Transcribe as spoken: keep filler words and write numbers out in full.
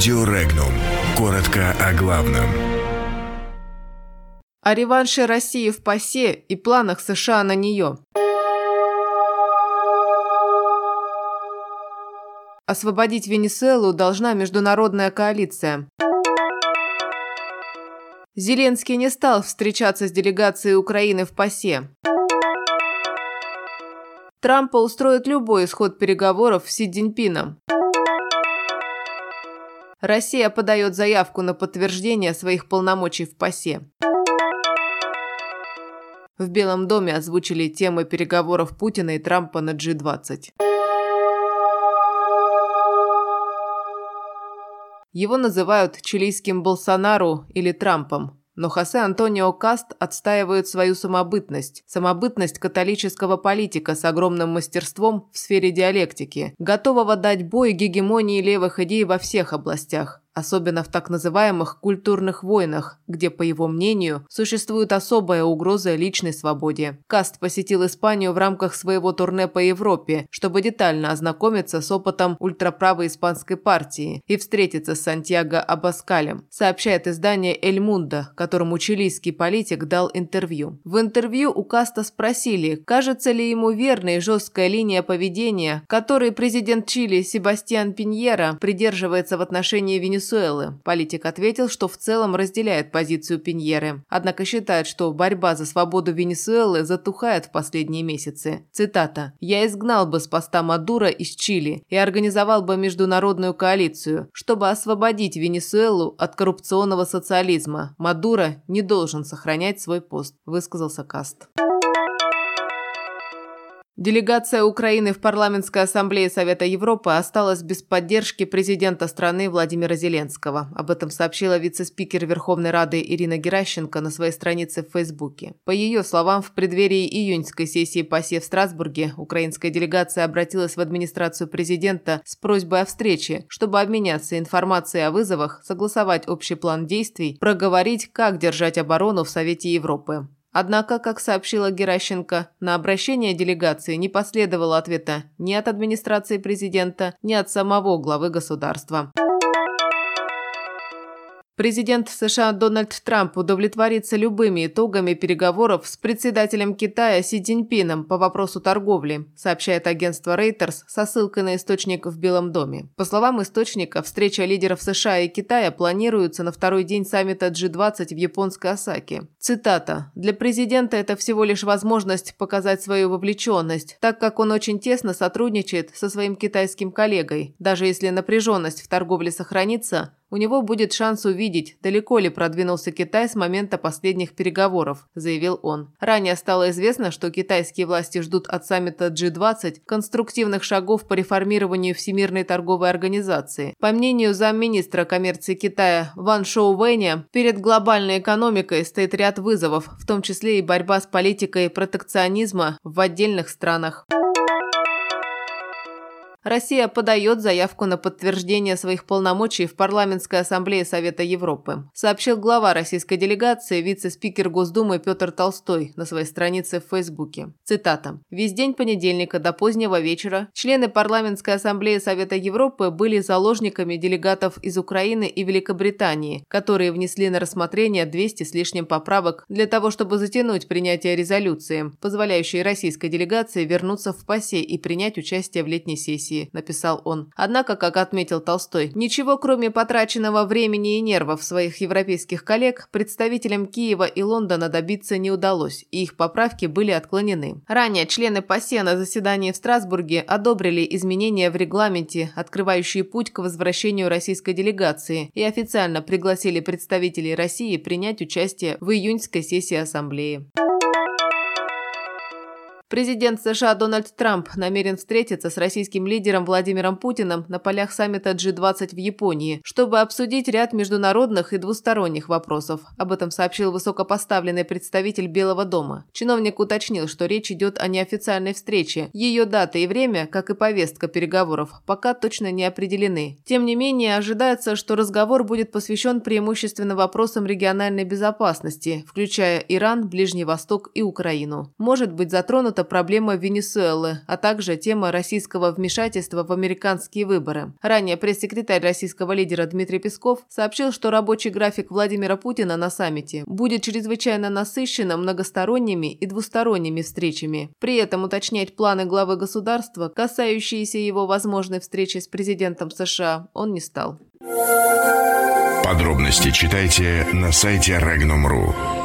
Радио Регнум. Коротко о главном. О реванше России в ПАСЕ и планах США на нее. Освободить Венесуэлу должна международная коалиция. Зеленский не стал встречаться с делегацией Украины в ПАСЕ. Трампа устроит любой исход переговоров с Си Цзиньпином. Россия подает заявку на подтверждение своих полномочий в ПАСЕ. В Белом доме озвучили темы переговоров Путина и Трампа на джи двадцать. Его называют чилийским Болсонару или Трампом. Но Хосе Антонио Каст отстаивает свою самобытность, самобытность католического политика с огромным мастерством в сфере диалектики, готового дать бой гегемонии левых идей во всех областях, особенно в так называемых культурных войнах, где, по его мнению, существует особая угроза личной свободе. Каст посетил Испанию в рамках своего турне по Европе, чтобы детально ознакомиться с опытом ультраправой испанской партии и встретиться с Сантьяго Абаскалем, сообщает издание «Эль Мундо», которому чилийский политик дал интервью. В интервью у Каста спросили, кажется ли ему верной жесткая линия поведения, которой президент Чили Себастьян Пиньера придерживается в отношении Венесуэлы. Политик ответил, что в целом разделяет позицию Пиньеры, однако считает, что борьба за свободу Венесуэлы затухает в последние месяцы. Цитата: «Я изгнал бы с поста Мадуро из Чили и организовал бы международную коалицию, чтобы освободить Венесуэлу от коррупционного социализма. Мадуро не должен сохранять свой пост», высказался Каст. Делегация Украины в Парламентской ассамблее Совета Европы осталась без поддержки президента страны Владимира Зеленского. Об этом сообщила вице-спикер Верховной Рады Ирина Геращенко на своей странице в Фейсбуке. По ее словам, в преддверии июньской сессии ПАСЕ в Страсбурге украинская делегация обратилась в администрацию президента с просьбой о встрече, чтобы обменяться информацией о вызовах, согласовать общий план действий, проговорить, как держать оборону в Совете Европы. Однако, как сообщила Геращенко, на обращение делегации не последовало ответа ни от администрации президента, ни от самого главы государства. Президент США Дональд Трамп удовлетворится любыми итогами переговоров с председателем Китая Си Цзиньпином по вопросу торговли, сообщает агентство Reuters со ссылкой на источник в Белом доме. По словам источника, встреча лидеров США и Китая планируется на второй день саммита джи двадцать в японской Осаке. Цитата: «Для президента это всего лишь возможность показать свою вовлеченность, так как он очень тесно сотрудничает со своим китайским коллегой. Даже если напряженность в торговле сохранится, у него будет шанс увидеть, далеко ли продвинулся Китай с момента последних переговоров», заявил он. Ранее стало известно, что китайские власти ждут от саммита джи двадцать конструктивных шагов по реформированию Всемирной торговой организации. По мнению замминистра коммерции Китая Ван Шоувэня, перед глобальной экономикой стоит ряд вызовов, в том числе и борьба с политикой протекционизма в отдельных странах. Россия подает заявку на подтверждение своих полномочий в Парламентской ассамблее Совета Европы, сообщил глава российской делегации, вице-спикер Госдумы Петр Толстой на своей странице в Фейсбуке. Цитата: «Весь день понедельника до позднего вечера члены Парламентской ассамблеи Совета Европы были заложниками делегатов из Украины и Великобритании, которые внесли на рассмотрение двести с лишним поправок для того, чтобы затянуть принятие резолюции, позволяющей российской делегации вернуться в ПАСЕ и принять участие в летней сессии», написал он. Однако, как отметил Толстой, ничего кроме потраченного времени и нервов своих европейских коллег представителям Киева и Лондона добиться не удалось, и их поправки были отклонены. Ранее члены ПАСЕ на заседании в Страсбурге одобрили изменения в регламенте, открывающие путь к возвращению российской делегации, и официально пригласили представителей России принять участие в июньской сессии Ассамблеи. Президент США Дональд Трамп намерен встретиться с российским лидером Владимиром Путиным на полях саммита джи двадцать в Японии, чтобы обсудить ряд международных и двусторонних вопросов. Об этом сообщил высокопоставленный представитель Белого дома. Чиновник уточнил, что речь идет о неофициальной встрече. Ее дата и время, как и повестка переговоров, пока точно не определены. Тем не менее, ожидается, что разговор будет посвящен преимущественно вопросам региональной безопасности, включая Иран, Ближний Восток и Украину. Может быть затронута это проблема Венесуэлы, а также тема российского вмешательства в американские выборы. Ранее пресс-секретарь российского лидера Дмитрий Песков сообщил, что рабочий график Владимира Путина на саммите будет чрезвычайно насыщенным многосторонними и двусторонними встречами. При этом уточнять планы главы государства, касающиеся его возможной встречи с президентом США, он не стал. Подробности читайте на сайте регнум точка ру.